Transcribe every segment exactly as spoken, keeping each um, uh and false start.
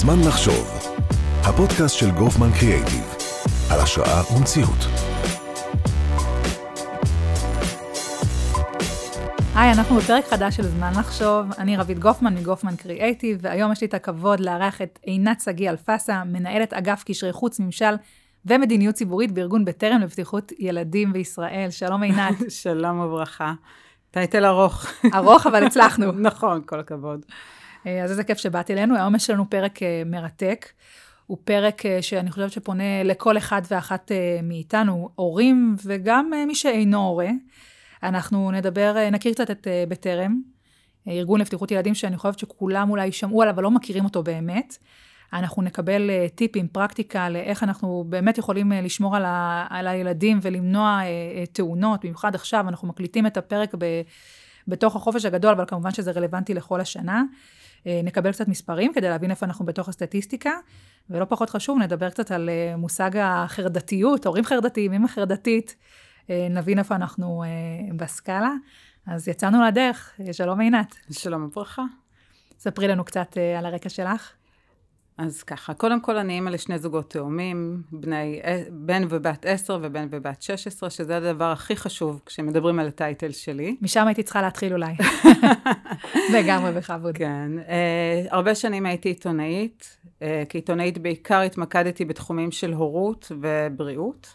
זמן לחשוב, הפודקאסט של גופמן קריאייטיב, על השראה ומציאות. היי, אנחנו בפרק חדש של זמן לחשוב. אני רבית גופמן מגופמן קריאייטיב, והיום יש לי את הכבוד לארח את עינת שגיא אלפסה, מנהלת אגף קשרי חוץ, ממשל ומדיניות ציבורית בארגון בטרם לבטיחות ילדים בישראל. שלום עינת. שלום וברכה. טייטל ארוך. ארוך, אבל הצלחנו. נכון, כל הכבוד. אז איזה כיף שבאת אלינו. היום יש לנו פרק מרתק. הוא פרק שאני חושבת שפונה לכל אחד ואחת מאיתנו, הורים וגם מי שאינו הורה. אנחנו נדבר, נכיר קצת את בטרם, ארגון לבטיחות ילדים שאני חושבת שכולם אולי שמעו עליו, אבל לא מכירים אותו באמת. אנחנו נקבל טיפים, פרקטיקה, לאיך אנחנו באמת יכולים לשמור על, ה, על הילדים ולמנוע תאונות. במיוחד עכשיו אנחנו מקליטים את הפרק ב, בתוך החופש הגדול, אבל כמובן שזה רלוונטי לכל השנה. נקבל קצת מספרים כדי להבין איפה אנחנו בתוך הסטטיסטיקה, ולא פחות חשוב, נדבר קצת על מושג החרדתיות, הורים חרדתיים, אמא חרדתית, נבין איפה אנחנו בסקאלה. אז יצאנו לדרך. שלום עינת. שלום וברכה. ספרי לנו קצת על הרקע שלך. אז ככה, קודם כל אני אימא לשני זוגות תאומים, בני, בן ובת עשר ובן ובת שש עשרה, שזה הדבר הכי חשוב כשמדברים על הטייטל שלי. משם הייתי צריכה להתחיל אולי. לגמרי בכבוד. כן. אה, הרבה שנים הייתי עיתונאית, אה, כעיתונאית בעיקר התמקדתי בתחומים של הורות ובריאות,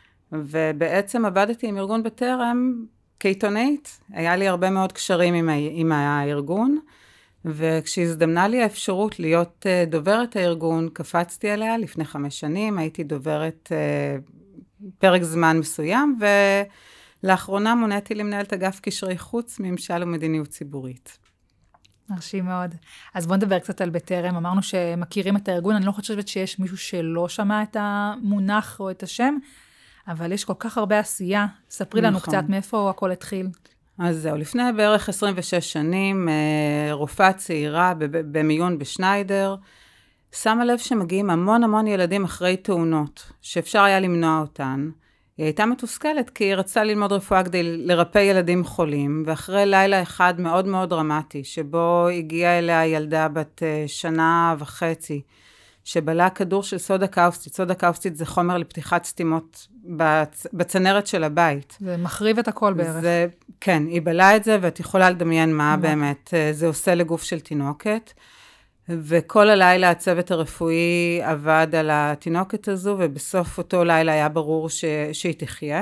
ובעצם עבדתי עם ארגון בטרם כעיתונאית. היה לי הרבה מאוד קשרים עם, עם הארגון, וכשהזדמנה לי האפשרות להיות דוברת הארגון, קפצתי עליה לפני חמש שנים, הייתי דוברת פרק זמן מסוים, ולאחרונה מוניתי למנהלת אגף קשרי חוץ, ממשל ומדיניות ציבורית. מרשים מאוד. אז בוא נדבר קצת על בטרם. אמרנו שמכירים את הארגון, אני לא חושבת שיש מישהו שלא שמע את המונח או את השם, אבל יש כל כך הרבה עשייה. ספרי לנו נכון. קצת מאיפה הכל התחיל. אז זהו, לפני בערך עשרים ושש שנים, רופאה צעירה במיון בשניידר, שמה לב שמגיעים המון המון ילדים אחרי תאונות, שאפשר היה למנוע אותן. היא הייתה מתוסכלת כי היא רצתה ללמוד רפואה כדי לרפא ילדים חולים, ואחרי לילה אחד מאוד מאוד דרמטי, שבו הגיעה אליה ילדה בת שנה וחצי, שבלה כדור של סודה קאוסטית. סודה קאוסטית זה חומר לפתיחת סתימות בצ... בצנרת של הבית. זה מחריב את הכל בערך. זה, כן, היא בלה את זה, ואת יכולה לדמיין מה באמת זה עושה לגוף של תינוקת. וכל הלילה הצוות הרפואי עבד על התינוקת הזו, ובסוף אותו לילה היה ברור ש... שהיא תחיה.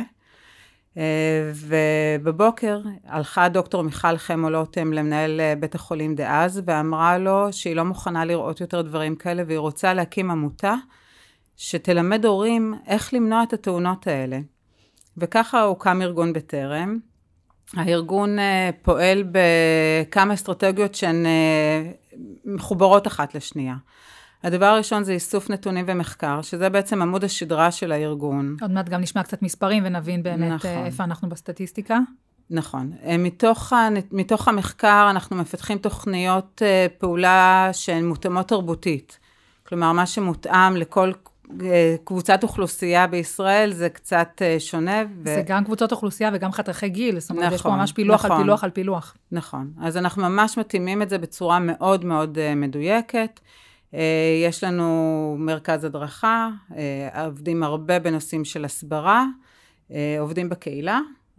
ובבוקר הלכה דוקטור מיכל חמולוטם למנהל בית החולים דאז, ואמרה לו שהיא לא מוכנה לראות יותר דברים כאלה, והיא רוצה להקים עמותה שתלמד הורים איך למנוע את התאונות האלה. וככה הוקם ארגון בטרם. הארגון פועל בכמה אסטרטגיות שהן מחוברות אחת לשנייה. הדבר הראשון זה איסוף נתונים ומחקר, שזה בעצם עמוד השדרה של הארגון. עוד מעט גם נשמע קצת מספרים ונבין באמת נכון. איפה אנחנו בסטטיסטיקה. נכון. מתוך, מתוך המחקר אנחנו מפתחים תוכניות פעולה שהן מותאמות תרבותית. כלומר, מה שמותאם לכל קבוצת אוכלוסייה בישראל זה קצת שונה. ו... זה גם קבוצות אוכלוסייה וגם חתכי גיל. זאת אומרת, נכון, יש פה ממש פילוח נכון. על פילוח על פילוח. נכון. אז אנחנו ממש מתאימים את זה בצורה מאוד מאוד מדויקת. יש לנו מרכז הדרכה, עובדים הרבה בנושאים של הסברה, עובדים בקהילה,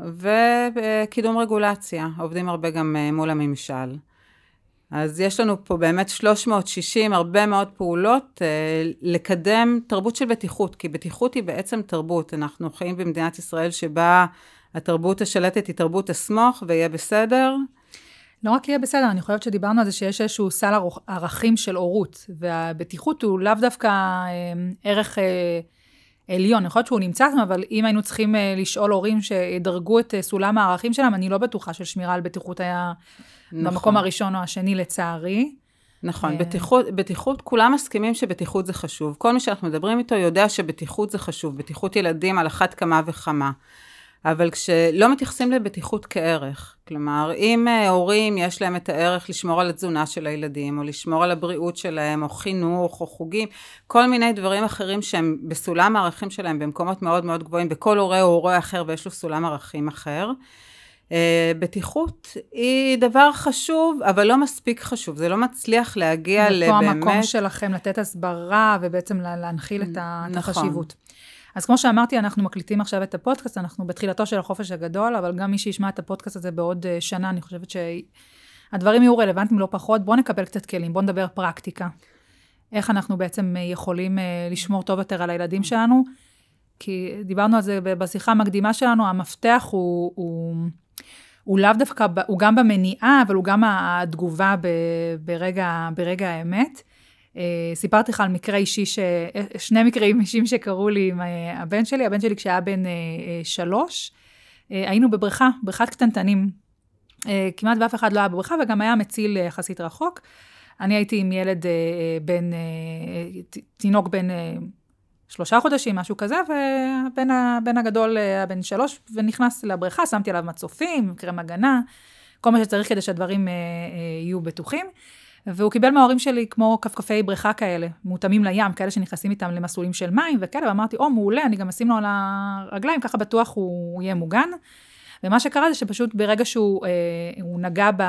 וקידום רגולציה, עובדים הרבה גם מול הממשל. אז יש לנו פה באמת שלוש מאות ושישים, הרבה מאוד פעולות, לקדם תרבות של בטיחות, כי בטיחות היא בעצם תרבות. אנחנו חיים במדינת ישראל שבה התרבות השלטת היא תרבות הסמוך, ויהיה בסדר. לא רק יהיה בסדר, אני חושבת שדיברנו על זה שיש איזשהו סל ערכים של הורות, והבטיחות הוא לאו דווקא ערך עליון, אני חושבת שהוא נמצא, אבל אם היינו צריכים לשאול הורים שידרגו את סולם הערכים שלהם, אני לא בטוחה של שמירה על בטיחות היה נכון. במקום הראשון או השני לצערי. נכון, בטיחות, בטיחות, כולם מסכימים שבטיחות זה חשוב. כל מי שאנחנו מדברים איתו יודע שבטיחות זה חשוב, בטיחות ילדים על אחת כמה וכמה. אבל כשלא מתייחסים לבטיחות כערך, כלומר, אם הורים יש להם את הערך לשמור על התזונה של הילדים, או לשמור על הבריאות שלהם, או חינוך, או חוגים, כל מיני דברים אחרים שהם בסולם הערכים שלהם, במקומות מאוד מאוד גבוהים, בכל הורה או הורה אחר, ויש לו סולם ערכים אחר, בטיחות היא דבר חשוב, אבל לא מספיק חשוב, זה לא מצליח להגיע לבאמת... ופה המקום שלכם לתת הסברה, ובעצם להנחיל את החשיבות. אז כמו שאמרתי, אנחנו מקליטים עכשיו את הפודקאסט, אנחנו בתחילתו של החופש הגדול, אבל גם מי שישמע את הפודקאסט הזה בעוד שנה, אני חושבת שהדברים יהיו רלוונטיים לא פחות, בואו נקבל קצת כלים, בואו נדבר פרקטיקה. איך אנחנו בעצם יכולים לשמור טוב יותר על הילדים שלנו, כי דיברנו על זה בשיחה המקדימה שלנו, המפתח הוא, הוא, הוא לאו דווקא, הוא גם במניעה, אבל הוא גם התגובה ברגע, ברגע האמת. סיפרתי לך על מקרה אישי, ש... שני מקרים אישיים שקרו לי עם הבן שלי, הבן שלי כשהיה בן שלוש, היינו בבריכה, בריכת קטנטנים, כמעט ואף אחד לא היה בבריכה, וגם היה מציל יחסית רחוק. אני הייתי עם ילד בן, תינוק בן שלושה חודשים, משהו כזה, ובן הגדול היה בן שלוש, ונכנס לבריכה, שמתי עליו מצופים, קרם הגנה, כל מה שצריך כדי שהדברים יהיו בטוחים, והוא קיבל מההורים שלי כמו כפכפי בריכה כאלה, מותאמים לים, כאלה שנכנסים איתם למסלולים של מים וכאלה, ואמרתי, או, מעולה, אני גם אשים לו על הרגליים, ככה בטוח הוא יהיה מוגן. ומה שקרה זה שפשוט ברגע שהוא הוא נגע ב...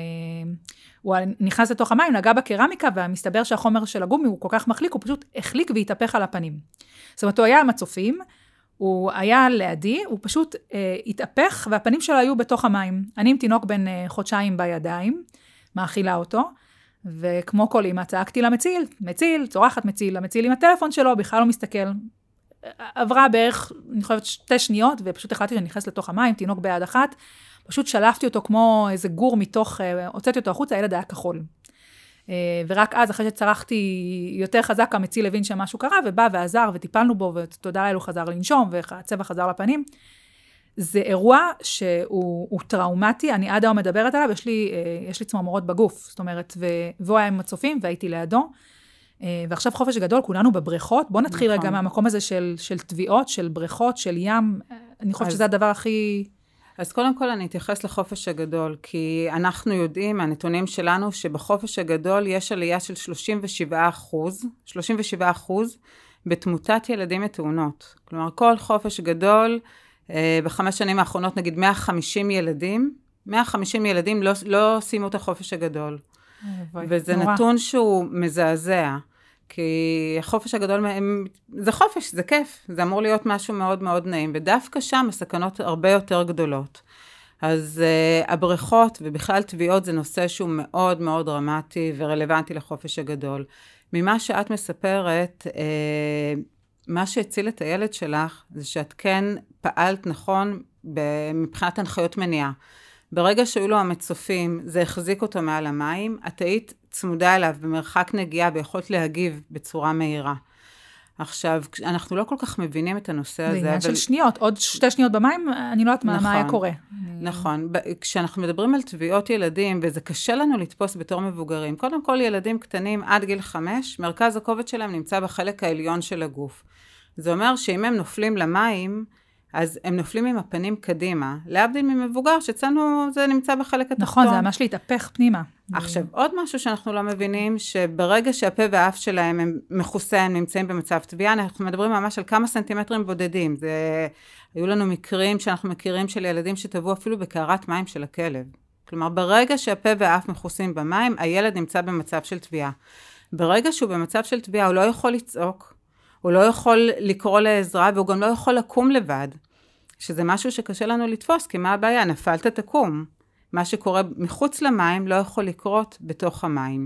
הוא נכנס לתוך המים, נגע בקרמיקה, והמסתבר שהחומר של הגומי הוא כל כך מחליק, הוא פשוט החליק והתהפך על הפנים. זאת אומרת, הוא היה מצופים, הוא היה לידי, הוא פשוט אה, התהפך, והפנים שלו היו בתוך המים. אני עם תינוק בן אה, חודשיים בידיים, מאכילה אותו, וכמו כל אמא, צעקתי למציל, מציל, צורחת מציל, המציל עם הטלפון שלו, בכלל לא מסתכל. עברה בערך, אני חושבת, שתי שניות, ופשוט החלטתי שאני נכנס לתוך המים, תינוק ביד אחת, פשוט שלפתי אותו כמו איזה גור מתוך, הוצאתי אותו החוצה, הילד היה כחול. ורק אז, אחרי שצרחתי יותר חזק, המציל הבין שמשהו קרה, ובא ועזר, וטיפלנו בו, ותודה לאלו חזר לנשום, והצבע חזר לפנים. זה אירוע שהוא טראומטי, אני עד היום מדברת עליו, יש לי, יש לי צמרמורות בגוף, זאת אומרת, והוא היה עם מצופים, והייתי לידו, ועכשיו חופש גדול, כולנו בבריכות, בוא נתחיל רגע מהמקום הזה של, של טביעות, של בריכות, של ים, אני חושבת שזה הדבר הכי... אז קודם כל אני אתייחס לחופש הגדול, כי אנחנו יודעים, הנתונים שלנו, שבחופש הגדול יש עלייה של שלושים ושבעה אחוז, שלושים ושבעה אחוז בתמותת ילדים מתאונות. כלומר, כל חופש גדול, בחמש שנים האחרונות, נגיד מאה וחמישים ילדים, מאה וחמישים ילדים לא, לא סיימו את החופש הגדול. וזה נורא. נתון שהוא מזעזע, כי החופש הגדול, זה חופש, זה כיף, זה אמור להיות משהו מאוד מאוד נעים, ודווקא שם הסכנות הרבה יותר גדולות. אז uh, הבריכות ובכלל טביעות זה נושא שהוא מאוד מאוד דרמטי ורלוונטי לחופש הגדול. ממה שאת מספרת, uh, מה שהציל את הילד שלך, זה שאת כן פעלת נכון מבחינת הנחיות מניעה. ברגע שהיו לו המצופים, זה החזיק אותו מעל המים, את היית צמודה אליו במרחק נגיעה ויכולת להגיב בצורה מהירה. עכשיו, אנחנו לא כל כך מבינים את הנושא הזה. זה עניין של שניות, עוד שתי שניות במים, אני לא יודעת מה היה קורה. נכון, כשאנחנו מדברים על טביעות ילדים, וזה קשה לנו לתפוס בתור מבוגרים, קודם כל ילדים קטנים עד גיל חמש, מרכז הכובד שלהם נמצא בחלק העליון של הגוף. זה אומר שאם הם נופלים למים, אז הם נופלים עם הפנים קדימה, להבדיל ממבוגר, שאצלנו זה נמצא בחלק התחתון. נכון, זה ממש להתהפך פנימה. עכשיו, עוד משהו שאנחנו לא מבינים, שברגע שהפה והאף שלהם הם מכוסה, הם נמצאים במצב טביעה, אנחנו מדברים ממש על כמה סנטימטרים בודדים. זה, היו לנו מקרים שאנחנו מכירים של ילדים שטבעו אפילו בקערת מים של הכלב. כלומר, ברגע שהפה והאף מכוסים במים, הילד נמצא במצב של טביעה. ברגע שהוא במצב של טביעה, הוא לא יכול לצעוק, הוא לא יכול לקרוא לעזרה, והוא גם לא יכול לקום לבד, שזה משהו שקשה לנו לתפוס, כי מה הבעיה? נפלת תקום. מה שקורה מחוץ למים לא יכול לקרות בתוך המים.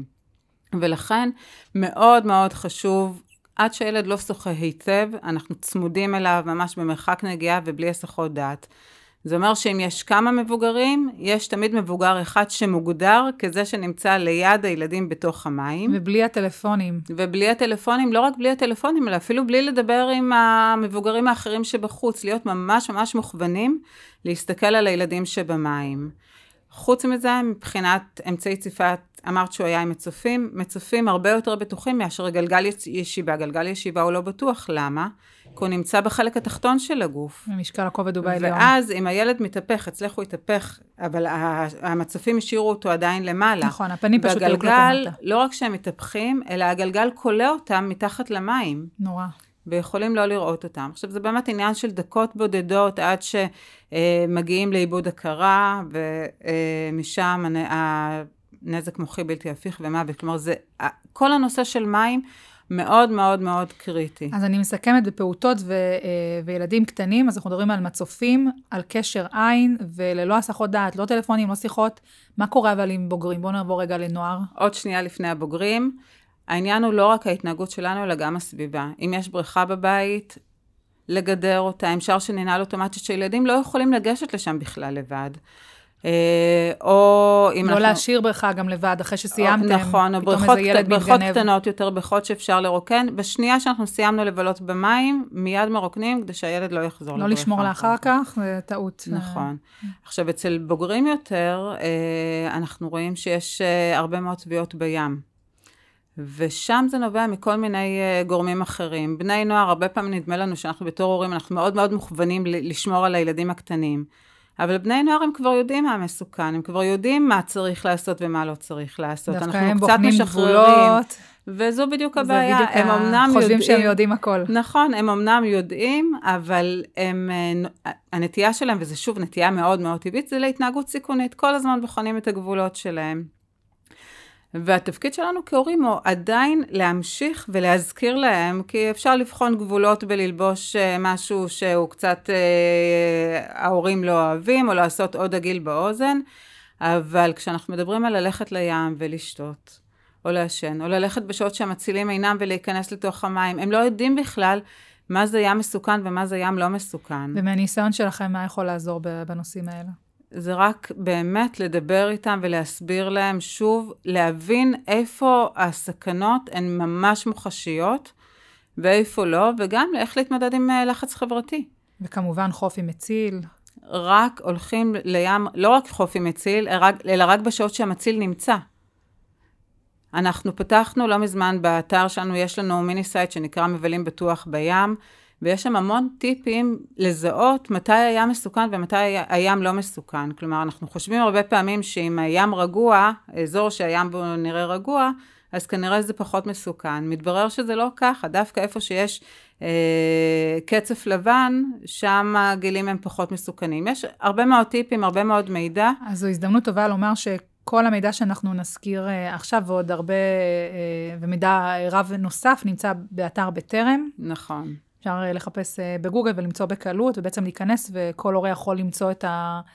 ולכן מאוד מאוד חשוב, עד שהילד לא שוחה היטב, אנחנו צמודים אליו ממש במרחק נגיעה ובלי הסחות דעת. זה אומר שאם יש כמה מבוגרים, יש תמיד מבוגר אחד שמוגדר כזה שנמצא ליד הילדים בתוך המים. ובלי הטלפונים. ובלי הטלפונים, לא רק בלי הטלפונים, אלא אפילו בלי לדבר עם המבוגרים האחרים שבחוץ, להיות ממש ממש מוכוונים, להסתכל על הילדים שבמים. חוץ מזה, מבחינת אמצעי ציפת, אמרת שהוא היה עם מצופים, מצופים הרבה יותר בטוחים מאשר גלגל ישיבה. גלגל ישיבה הוא לא בטוח, למה? כי הוא נמצא בחלק התחתון של הגוף. במשקל הכובד הוא בעליון. ואז אם הילד מתהפך, אצלך הוא יתהפך, אבל המצופים השאירו אותו עדיין למעלה. נכון, הפנים פשוט בגלגל, לא רק שהם מתהפכים, אלא הגלגל קולה אותם מתחת למים. נורא. ויכולים לא לראות אותם. עכשיו, זה באמת עניין של דקות בודדות, עד שמגיעים לאיבוד הכרה, ומשם הנזק מוחי בלתי הפיך ומוות. כלומר, זה, כל הנושא של מים מאוד מאוד מאוד קריטי. אז אני מסכמת בפעוטות ו, וילדים קטנים, אז אנחנו מדברים על מצופים, על קשר עין, וללא הסחות דעת, לא טלפונים, לא שיחות. מה קורה אבל עם בוגרים? בואו נעבור רגע לנוער. עוד שנייה לפני הבוגרים. העניין הוא לא רק ההתנהגות שלנו, אלא גם הסביבה. אם יש בריכה בבית, לגדר אותה, אפשר שננעל אוטומטית, שילדים לא יכולים לגשת לשם בכלל לבד. או אם לא אנחנו... להשאיר בריכה גם לבד, אחרי שסיימתם. נכון, או בריכות, בריכות קטנות יותר, בריכות שאפשר לרוקן. בשנייה שאנחנו סיימנו לבלות במים, מיד מרוקנים, כדי שהילד לא יחזור לבריכה. לא לשמור לאחר כך, זה טעות. נכון. עכשיו, אצל בוגרים יותר, אנחנו רואים שיש הרבה מאוד טביעות בים. ושם זה נובע מכל מיני גורמים אחרים. בני נוער, הרבה פעמים נדמה לנו שאנחנו בתור הורים, אנחנו מאוד מאוד מוכוונים לשמור על הילדים הקטנים. אבל בני נוער הם כבר יודעים מה מסוכן, הם כבר יודעים מה צריך לעשות ומה לא צריך לעשות. דווקא הם בוחנים גבולות. וזו בדיוק הבעיה. זה בדיוק ה... חושבים שהם יודעים הכל. נכון, הם אמנם יודעים, אבל הם, הנטייה שלהם, וזה שוב נטייה מאוד מאוד טבעית, זה להתנהגות סיכונית. כל הזמן בוחנים את הגבולות שלהם. והתפקיד שלנו כהורים הוא עדיין להמשיך ולהזכיר להם, כי אפשר לבחון גבולות בללבוש משהו שהוא קצת אה, ההורים לא אוהבים, או לעשות עוד עגיל באוזן, אבל כשאנחנו מדברים על ללכת לים ולשתות, או לעשן, או ללכת בשעות שהמצילים אינם ולהיכנס לתוך המים, הם לא יודעים בכלל מה זה ים מסוכן ומה זה ים לא מסוכן. ומהניסיון שלכם, מה יכול לעזור בנושאים האלה? זה רק באמת לדבר איתם ולהסביר להם שוב, להבין איפה הסכנות הן ממש מוחשיות, ואיפה לא, וגם איך להתמודד עם לחץ חברתי. וכמובן חוף עם מציל. רק הולכים לים, לא רק חוף עם מציל, אלא רק בשעות שהמציל נמצא. אנחנו פתחנו לא מזמן באתר שלנו, יש לנו מיני סייט שנקרא מבלים בטוח בים, ויש שם המון טיפים לזהות מתי הים מסוכן ומתי הים לא מסוכן. כלומר, אנחנו חושבים הרבה פעמים שאם הים רגוע, אזור שהים בו נראה רגוע, אז כנראה זה פחות מסוכן. מתברר שזה לא ככה, דווקא איפה שיש אה, קצף לבן, שם הגילים הם פחות מסוכנים. יש הרבה מאוד טיפים, הרבה מאוד מידע. אז זו הזדמנות טובה לומר שכל המידע שאנחנו נזכיר אה, עכשיו, ועוד הרבה, אה, ומידע רב נוסף, נמצא באתר בטרם. נכון. אפשר לחפש בגוגל ולמצוא בקלות, ובעצם להיכנס, וכל הורה יכול למצוא את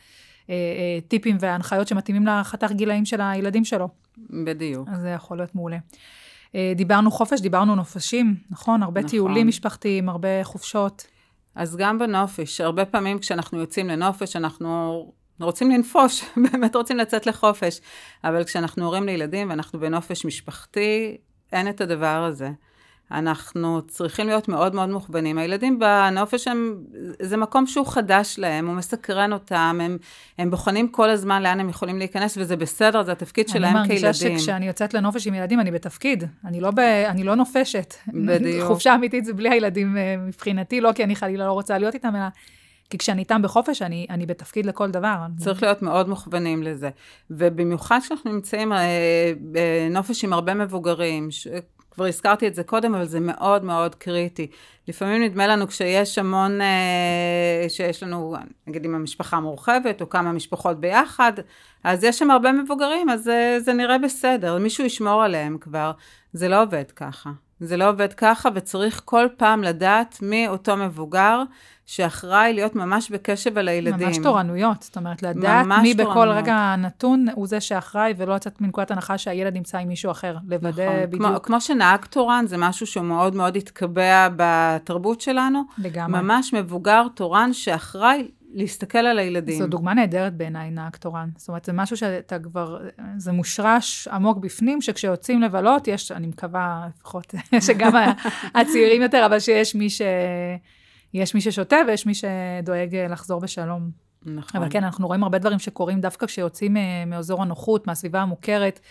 הטיפים וההנחיות שמתאימים לחתך גילאים של הילדים שלו. בדיוק. אז זה יכול להיות מעולה. דיברנו חופש, דיברנו נופשים, נכון? הרבה נכון. טיולים משפחתיים, הרבה חופשות. אז גם בנופש, הרבה פעמים כשאנחנו יוצאים לנופש, אנחנו רוצים לנפוש, באמת רוצים לצאת לחופש, אבל כשאנחנו הורים לילדים ואנחנו בנופש משפחתי, אין את הדבר הזה. אנחנו צריכים להיות מאוד מאוד מוכוונים. הילדים בנופש הם, זה מקום שהוא חדש להם, הוא מסקרן אותם, הם, הם בוחנים כל הזמן לאן הם יכולים להיכנס, וזה בסדר, זה התפקיד שלהם כילדים. אני מרגישה שכשאני יוצאת לנופש עם ילדים, אני בתפקיד, אני לא, ב, אני לא נופשת. בדיוק. חופשה אמיתית זה בלי הילדים מבחינתי, לא כי אני חלילה לא רוצה להיות איתם, אלא כי כשאני איתם בחופש, אני, אני בתפקיד לכל דבר. צריך להיות מאוד מוכוונים לזה. ובמיוחד כשאנחנו נמצאים בנופש עם הרבה מבוגרים, ש... כבר הזכרתי את זה קודם, אבל זה מאוד מאוד קריטי. לפעמים נדמה לנו כשיש המון, שיש לנו, נגיד עם המשפחה מורחבת, או כמה משפחות ביחד, אז יש שם הרבה מבוגרים, אז זה, זה נראה בסדר. מישהו ישמור עליהם כבר. זה לא עובד ככה. זה לא עובד ככה, וצריך כל פעם לדעת מי אותו מבוגר, שאחראי להיות ממש בקשב על הילדים. ממש תורנויות, זאת אומרת, לדעת מי בכל תורנויות. רגע נתון הוא זה שאחראי, ולא יצאת מנקודת הנחה שהילד נמצא עם מישהו אחר, לוודא נכון. בדיוק. כמו, כמו שנהג תורן, זה משהו שמאוד מאוד התקבע בתרבות שלנו. לגמרי. ממש מבוגר תורן שאחראי להסתכל על הילדים. זו דוגמה נהדרת בעיניי, נהג תורן. זאת אומרת, זה משהו שאתה כבר, זה מושרש עמוק בפנים, שכשיוצאים לבלות, יש, אני מקווה לפחות, שגם הצעירים יותר, אבל שיש מי ש... יש מי ששותה ויש מי שדואג לחזור בשלום. נכון. אבל כן, אנחנו רואים הרבה דברים שקורים דווקא כשיוצאים מאזור הנוחות, מהסביבה המוכרת,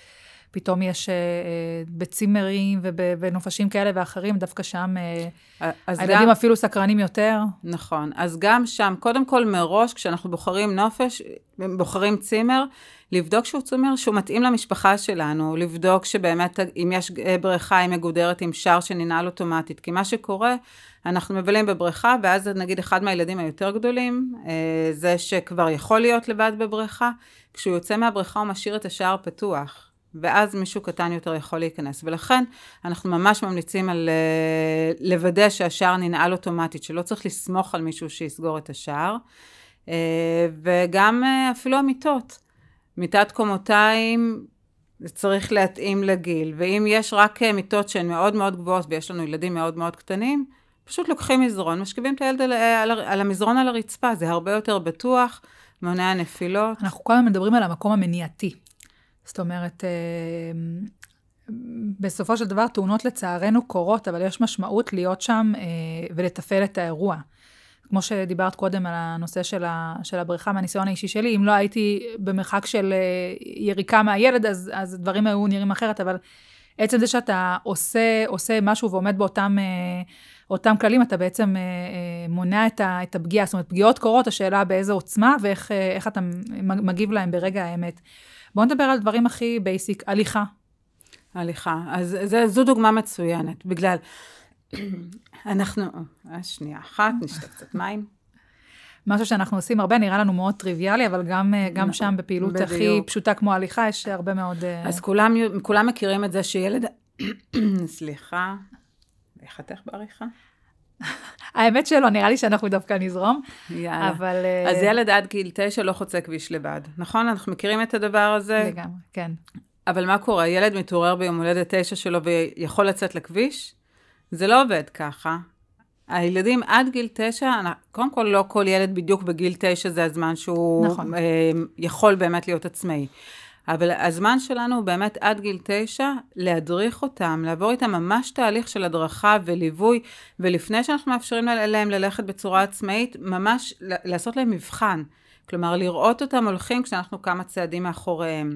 פתאום יש בצימרים ובנופשים כאלה ואחרים, דווקא שם הילדים אפילו סקרנים יותר. נכון, אז גם שם, קודם כל מראש, כשאנחנו בוחרים נופש, בוחרים צימר, לבדוק שהוא צימר שהוא מתאים למשפחה שלנו, לבדוק שבאמת אם יש בריכה היא מגודרת עם שער שננעל אוטומטית, כי מה שקורה, אנחנו מבלים בבריכה, ואז נגיד אחד מהילדים היותר גדולים, זה שכבר יכול להיות לבד בבריכה, כשהוא יוצא מהבריכה הוא משאיר את השער פתוח, ואז מישהו קטן יותר יכול להיכנס, ולכן אנחנו ממש ממליצים על לוודא שהשער ננעל אוטומטית, שלא צריך לסמוך על מישהו שיסגור את השער, וגם אפילו המיטות, מיטת קומותיים צריך להתאים לגיל, ואם יש רק מיטות שהן מאוד מאוד גבוהות, ויש לנו ילדים מאוד מאוד קטנים, פשוט לוקחים מזרון, משכיבים את הילד על, על, על המזרון על הרצפה, זה הרבה יותר בטוח, מונע נפילות. אנחנו כל הזמן מדברים על המקום המניעתי. זאת אומרת, בסופו של דבר תאונות לצערנו קורות, אבל יש משמעות להיות שם ולטפל את האירוע. כמו שדיברת קודם על הנושא של, ה, של הבריכה מהניסיון האישי שלי, אם לא הייתי במרחק של יריקה מהילד, אז, אז דברים היו נראים אחרת, אבל עצם זה שאתה עושה, עושה משהו ועומד באותם אותם כללים, אתה בעצם מונע את, ה, את הפגיעה. זאת אומרת, פגיעות קורות, השאלה באיזו עוצמה, ואיך איך אתה מגיב להם ברגע האמת. בואו נדבר על דברים הכי בייסיק, הליכה. הליכה, אז זה, זו דוגמה מצוינת, בגלל... אנחנו, שנייה אחת, נשתה קצת מים. משהו שאנחנו עושים הרבה, נראה לנו מאוד טריוויאלי, אבל גם, גם שם בפעילות בדיוק. הכי פשוטה כמו הליכה, יש הרבה מאוד... אז כולם, כולם מכירים את זה שילד... סליחה, איך אתך בעריכה? האמת שלא, נראה לי שאנחנו דווקא נזרום. יאללה. אבל... אז ילד עד גיל תשע לא חוצה כביש לבד, נכון? אנחנו מכירים את הדבר הזה? לגמרי, כן. אבל מה קורה? ילד מתעורר ביום הולדת תשע שלו ויכול לצאת לכביש? זה לא עובד ככה. הילדים עד גיל תשע, קודם כל לא כל ילד בדיוק בגיל תשע זה הזמן שהוא נכון. יכול באמת להיות עצמאי. אבל הזמן שלנו הוא באמת עד גיל תשע, להדריך אותם, לעבור איתם ממש תהליך של הדרכה וליווי, ולפני שאנחנו מאפשרים להם ללכת בצורה עצמאית, ממש לעשות להם מבחן. כלומר, לראות אותם הולכים כשאנחנו כמה צעדים מאחוריהם.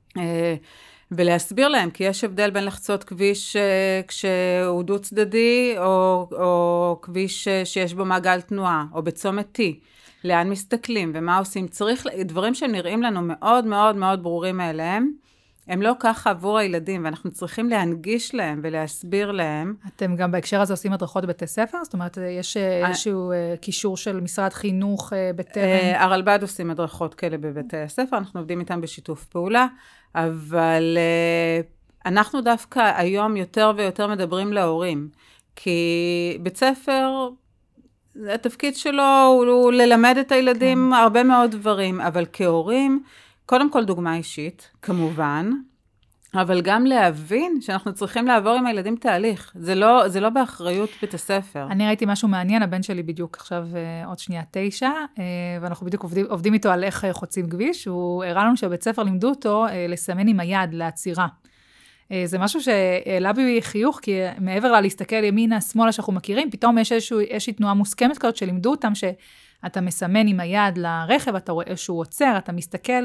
ולהסביר להם, כי יש הבדל בין לחצות כביש כשהוא דו צדדי, או, או כביש שיש בו מעגל תנועה, או בצומת T. לאן מסתכלים ומה עושים. צריך, דברים שהם נראים לנו מאוד מאוד מאוד ברורים מאליהם, הם לא ככה עבור הילדים, ואנחנו צריכים להנגיש להם ולהסביר להם. אתם גם בהקשר הזה עושים הדרכות בבתי ספר? זאת אומרת, יש איזשהו קישור של משרד חינוך בטרם? הרלב"ד עושים הדרכות כאלה בבתי הספר, אנחנו עובדים איתם בשיתוף פעולה, אבל אנחנו דווקא היום יותר ויותר מדברים להורים, כי בית ספר, התפקיד שלו הוא ללמד את הילדים כן. הרבה מאוד דברים, אבל כהורים, קודם כל דוגמה אישית, כמובן, אבל גם להבין שאנחנו צריכים לעבור עם הילדים תהליך. זה לא, זה לא באחריות בית הספר. אני ראיתי משהו מעניין, הבן שלי בדיוק עכשיו עוד שנייה תשע, ואנחנו בדיוק עובדים, עובדים איתו על איך חוצים כביש, הוא הראה לנו שבית ספר לימדו אותו לסמן עם היד, לעצירה. זה משהו שהעלה בי חיוך, כי מעבר לה להסתכל ימינה, שמאלה שאנחנו מכירים, פתאום יש איזושהי, איזושהי תנועה מוסכמת כזאת שלימדו אותם שאתה מסמן עם היד לרכב, אתה רואה שהוא עוצר, אתה מסתכל,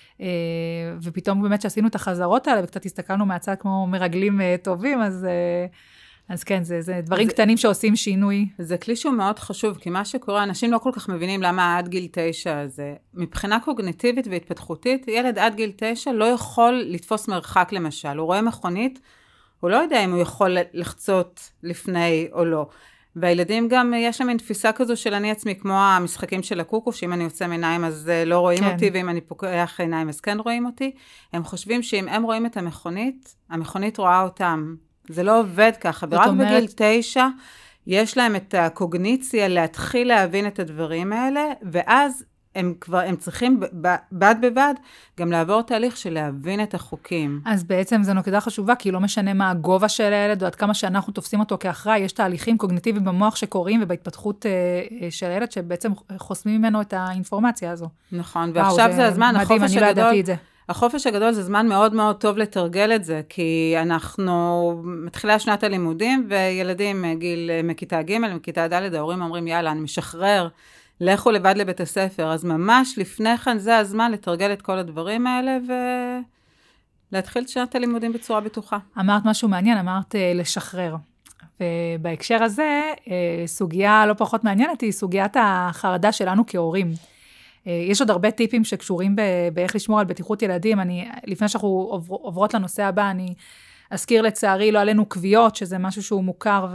ופתאום באמת שעשינו את החזרות האלה, וקצת הסתכלנו מהצד כמו מרגלים טובים, אז, אז כן, זה, זה דברים זה, קטנים שעושים שינוי. זה כלי שהוא מאוד חשוב, כי מה שקורה, אנשים לא כל כך מבינים למה עד גיל תשע זה. מבחינה קוגניטיבית והתפתחותית, ילד עד גיל תשע לא יכול לתפוס מרחק למשל. הוא רואה מכונית, הוא לא יודע אם הוא יכול לחצות לפני או לא. והילדים גם, יש להם תפיסה כזו של אני עצמי, כמו המשחקים של הקוקו, שאם אני יוצא מעיניים אז לא רואים כן. אותי, ואם אני פוקח עיניים אז כן רואים אותי. הם חושבים שאם הם רואים את המכונית, המכונית רואה אותם. זה לא עובד ככה, ורק אומרת... בגיל תשע, יש להם את הקוגניציה להתחיל להבין את הדברים האלה, ואז הם כבר, הם צריכים בד בבד, גם לעבור תהליך של להבין את החוקים. אז בעצם זו נקודה חשובה, כי לא משנה מה הגובה של הילד, או עד כמה שאנחנו תופסים אותו כאחראי, יש תהליכים קוגניטיביים במוח שקורים, ובהתפתחות של הילד, שבעצם חוסמים ממנו את האינפורמציה הזו. נכון, ועכשיו זה הזמן, מדהים, החופש אני לא ידעתי את זה. החופש הגדול זה זמן מאוד מאוד טוב לתרגל את זה, כי אנחנו מתחילה שנת הלימודים, וילדים גיל מכיתה ג' מכיתה ד', ההורים אומרים, יאללה, אני משחרר, לכו לבד לבית הספר. אז ממש לפני כן זה הזמן לתרגל את כל הדברים האלה, להתחיל את שנת הלימודים בצורה בטוחה. אמרת משהו מעניין, אמרת לשחרר. ובהקשר הזה, סוגיה לא פחות מעניינת היא סוגיית החרדה שלנו כהורים. יש עוד הרבה טיפים שקשורים באיך לשמור על בטיחות ילדים. אני, לפני שאנחנו עוברות לנושא הבא, אני אזכיר לצערי, לא עלינו קביעות, שזה משהו שהוא מוכר,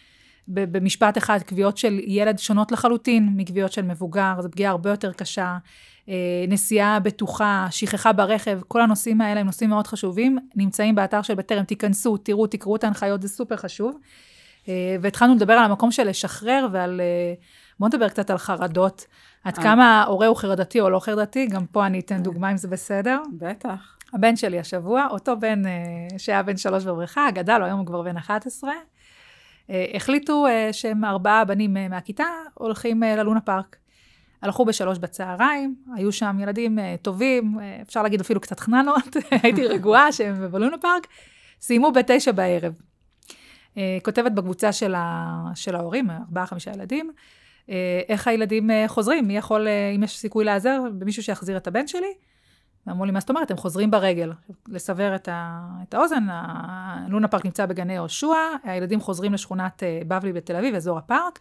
ובמשפט אחד, קביעות של ילד שונות לחלוטין, מקביעות של מבוגר, זו פגיעה הרבה יותר קשה, נסיעה בטוחה, שכחה ברכב, כל הנושאים האלה הם נושאים מאוד חשובים, נמצאים באתר של בטרם, תיכנסו, תראו, תקראו את ההנחיות, זה סופר חשוב. והתחלנו לדבר על המקום של לשחרר, ועל, בואו נדבר קצת על חרדות, עד כמה ההורה הוא חרדתי או לא חרדתי, גם פה אני אתן דוגמה אם זה בסדר. בטח. הבן שלי השבוע, אותו בן שהיה בן שלוש בבריכה, גדל, היום הוא כבר בן אחת עשרה, החליטו שהם ארבעה בנים מהכיתה, הולכים ללונה פארק. הלכו בשלוש בצהריים, היו שם ילדים טובים, אפשר להגיד אפילו קצת חננות, הייתי רגועה שהם בלונה פארק, סיימו בתשע בערב. כותבת בקבוצה של, ה, של ההורים, ארבעה, חמישה ילדים, איך הילדים חוזרים, מי יכול, אם יש סיכוי לעזר, במישהו שיחזיר את הבן שלי, ואמרו לי, מה זאת אומרת? הם חוזרים ברגל, לסבר את, ה, את האוזן, הלונה פארק נמצא בגני יהושע, הילדים חוזרים לשכונת בבלי בתל אביב, אזור הפארק,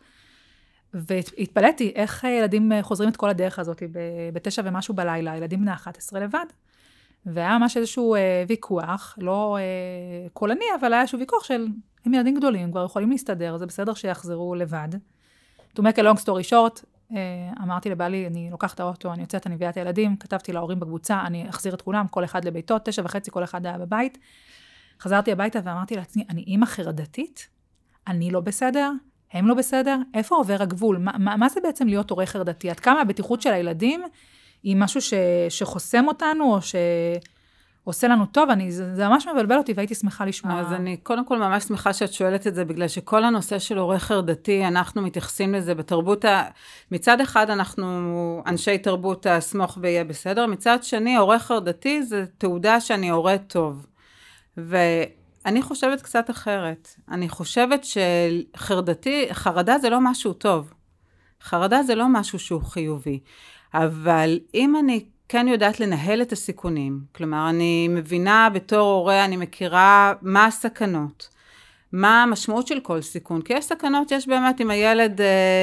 והתפלאתי איך ילדים חוזרים את כל הדרך הזאת בתשע ומשהו בלילה, ילדים בני אחת עשרה לבד. והיה ממש איזשהו ויכוח, לא קולני, אבל היה איזשהו ויכוח של, הם ילדים גדולים, הם כבר יכולים להסתדר, זה בסדר שיחזרו לבד. To make a long story short, אמרתי לבעלי, אני לוקח את האוטו, אני יוצאת, אני מביאה את הילדים, כתבתי להורים בקבוצה, אני אחזיר את כולם, כל אחד לביתו, תשע וחצי, כל אחד היה בבית. חזרתי הביתה ואמרתי לעצמי, אני אימא חרדתית, אני לא בסדר, הם לא בסדר, איפה עובר הגבול? מה, מה, מה זה בעצם להיות הורה חרדתי? עד כמה הבטיחות של הילדים היא משהו ש, שחוסם אותנו, או שעושה לנו טוב? אני, זה, זה ממש מבלבל אותי, והייתי שמחה לשמוע. אז אני קודם כל ממש שמחה שאת שואלת את זה, בגלל שכל הנושא של הורה חרדתי, אנחנו מתייחסים לזה בתרבות, ה... מצד אחד אנחנו אנשי תרבות הסמוך ויהיה בסדר, מצד שני, הורה חרדתי זה תעודה שאני הורה טוב. ו... אני חושבת קצת אחרת. אני חושבת שחרדתי, חרדה זה לא משהו טוב. חרדה זה לא משהו שהוא חיובי. אבל אם אני כן יודעת לנהל את הסיכונים, כלומר, אני מבינה בתור הורה, אני מכירה מה הסכנות, מה המשמעות של כל סיכון. כי יש סכנות, יש באמת אם הילד,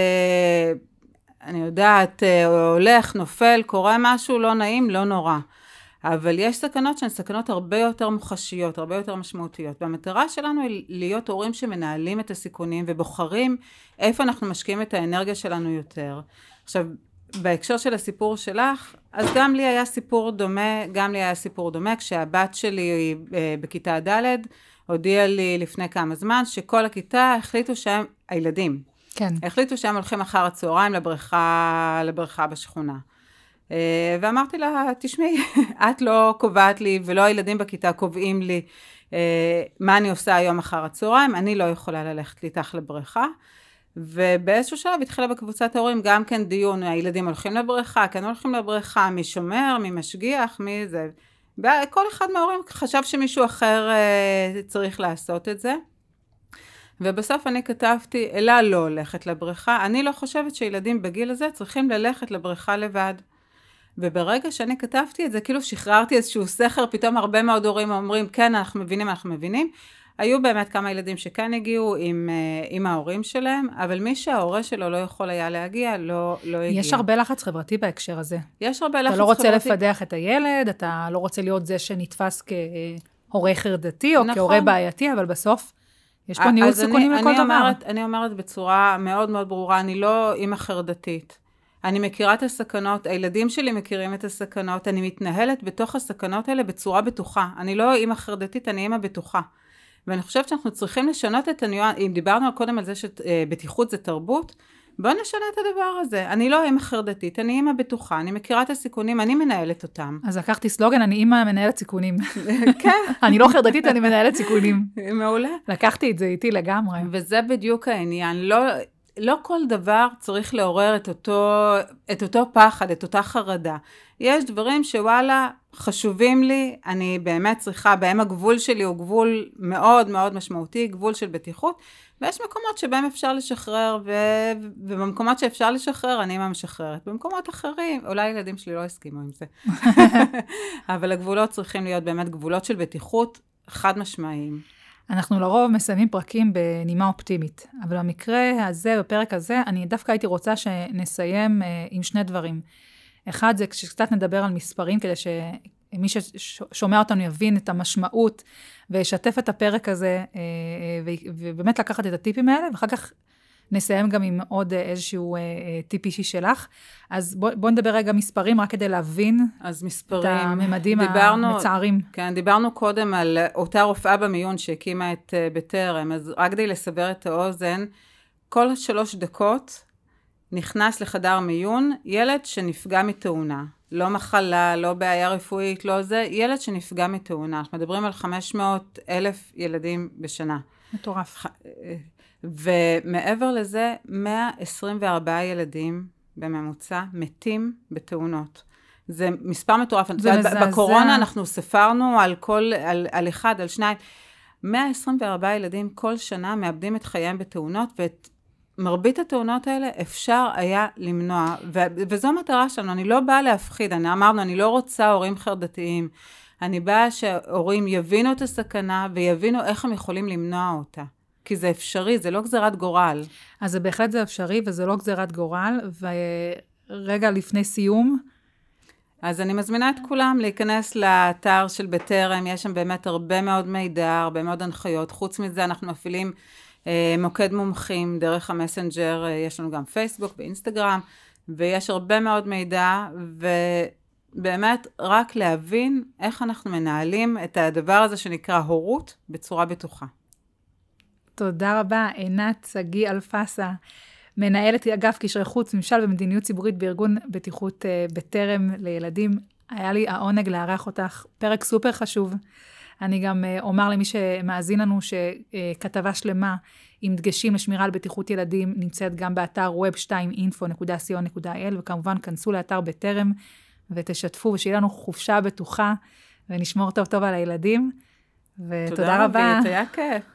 אני יודעת, הולך, נופל, קורה משהו לא נעים, לא נורא. אבל יש סכנות שהן סכנות הרבה יותר מוחשיות, הרבה יותר משמעותיות. והמטרה שלנו היא להיות הורים שמנהלים את הסיכונים ובוחרים איפה אנחנו משקיעים את האנרגיה שלנו יותר. עכשיו, בהקשר של הסיפור שלך, אז גם לי היה סיפור דומה, גם לי היה סיפור דומה, כשהבת שלי בכיתה ד' הודיעה לי לפני כמה זמן, שכל הכיתה החליטו שהם, הילדים, כן. החליטו שהם הולכים אחר הצהריים לבריכה, לבריכה בשכונה. ואמרתי לה, תשמעי, את לא קובעת לי, ולא הילדים בכיתה קובעים לי מה אני עושה היום אחר הצהריים, אני לא יכולה ללכת איתך לבריכה, ובאיזשהו שלב התחילה בקבוצת ההורים גם כן דיון, הילדים הולכים לבריכה, כן הולכים לבריכה, מי שומר, מי משגיח, מי זה, וכל אחד מההורים חשב שמישהו אחר צריך לעשות את זה, ובסוף אני כתבתי, אלה לא הולכת לבריכה, אני לא חושבת שילדים בגיל הזה צריכים ללכת לבריכה לבד, וברגע שאני כתבתי את זה, כאילו שחררתי איזשהו סכר, פתאום הרבה מאוד הורים אומרים, כן, אנחנו מבינים, אנחנו מבינים. היו באמת כמה ילדים שכן הגיעו עם, עם ההורים שלהם, אבל מי שההורה שלו לא יכול היה להגיע, לא, לא הגיע. יש הרבה לחץ חברתי בהקשר הזה. יש הרבה לחץ חברתי. אתה לא רוצה חברתי. לפדח את הילד, אתה לא רוצה להיות זה שנתפס כהורה חרדתי, או נכון. כהורה בעייתי, אבל בסוף יש פה ניהול סיכונים לכל דבר. אומרת, אני אומרת בצורה מאוד מאוד ברורה, אני לא אימא חרדתית. אני מכירה את הסכנות, הילדים שלי מכירים את הסכנות, אני מתנהלת בתוך הסכנות האלה בצורה בטוחה. אני לא אימא חרדתית, אני אימא בטוחה. ואני חושבת שאנחנו צריכים לשנות את הניואנס, אם דיברנו קודם על זה שבטיחות זה תרבות, בואו נשנה את הדבר הזה. אני לא אימא חרדתית, אני אימא בטוחה, אני מכירה את הסיכונים, אני מנהלת אותם. אז לקחתי סלוגן, אני אימא מנהלת סיכונים. כן. אני לא חרדתית, אני מנהלת סיכונים. מעולה. לקחתי את זה איתי לגמרי. וזה בדיוק העניין. לא... לא כל דבר צריך לעורר את אותו, את אותו פחד, את אותה חרדה. יש דברים שוואלה, חשובים לי, אני באמת צריכה, בהם הגבול שלי הוא גבול מאוד מאוד משמעותי, גבול של בטיחות, ויש מקומות שבהם אפשר לשחרר, ו... ובמקומות שאפשר לשחרר, אני מה משחררת. במקומות אחרים, אולי הילדים שלי לא הסכימו עם זה. אבל הגבולות צריכים להיות באמת גבולות של בטיחות חד משמעיים. אנחנו לרוב מסיימים פרקים בנימה אופטימית, אבל במקרה הזה, בפרק הזה, אני דווקא הייתי רוצה שנסיים עם שני דברים. אחד זה כשקצת נדבר על מספרים, כדי שמי ששומע אותנו יבין את המשמעות, וישתף את הפרק הזה, ובאמת לקחת את הטיפים האלה, ואחר כך נסיים גם עם עוד איזשהו טיפ אישי שלך. אז בוא, בוא נדבר רגע מספרים, רק כדי להבין אז מספרים, את הממדים דיברנו, המצערים. כן, דיברנו קודם על אותה רופאה במיון שהקימה את בטרם, אז רק כדי לסבר את האוזן, כל שלוש דקות נכנס לחדר מיון ילד שנפגע מתאונה. לא מחלה, לא בעיה רפואית, לא זה, ילד שנפגע מתאונה. אנחנו מדברים על חמש מאות אלף ילדים בשנה. מטורף. ומעבר לזה, מאה עשרים וארבעה ילדים בממוצע מתים בתאונות. זה מספר מטורף. זה מזעזע. בקורונה אנחנו ספרנו על כל, על, על אחד, על שניים. מאה עשרים וארבעה ילדים כל שנה מאבדים את חייהם בתאונות, ואת מרבית התאונות האלה אפשר היה למנוע. ו- וזו המטרה שלנו. אני לא באה להפחיד. אני אמרנו, אני לא רוצה הורים חרדתיים. אני באה שהורים יבינו את הסכנה, ויבינו איך הם יכולים למנוע אותה. כי זה אפשרי, זה לא גזירת גורל. אז זה בהחלט זה אפשרי, וזה לא גזירת גורל, ורגע לפני סיום. אז אני מזמינה את כולם להיכנס לאתר של בטרם, יש שם באמת הרבה מאוד מידע, הרבה מאוד הנחיות. חוץ מזה אנחנו מפעילים אה, מוקד מומחים דרך המסנג'ר, אה, יש לנו גם פייסבוק ואינסטגרם, ויש הרבה מאוד מידע, ובאמת רק להבין איך אנחנו מנהלים את הדבר הזה שנקרא הורות בצורה בטוחה. תודה רבה, עינת שגיא אלפסה, מנהלת אגף קשרי חוץ, ממשל ומדיניות ציבורית בארגון בטיחות בטרם לילדים. היה לי העונג לארח אותך, פרק סופר חשוב. אני גם אומר למי שמאזין לנו שכתבה שלמה עם דגשים לשמירה על בטיחות ילדים נמצאת גם באתר ווב שתיים אינפו נקודה סי או נקודה איי אל, וכמובן כנסו לאתר בטרם ותשתפו ושיהיה לנו חופשה בטוחה ונשמור טוב טוב על הילדים. ותודה רבה. תודה רבה, היה כיף.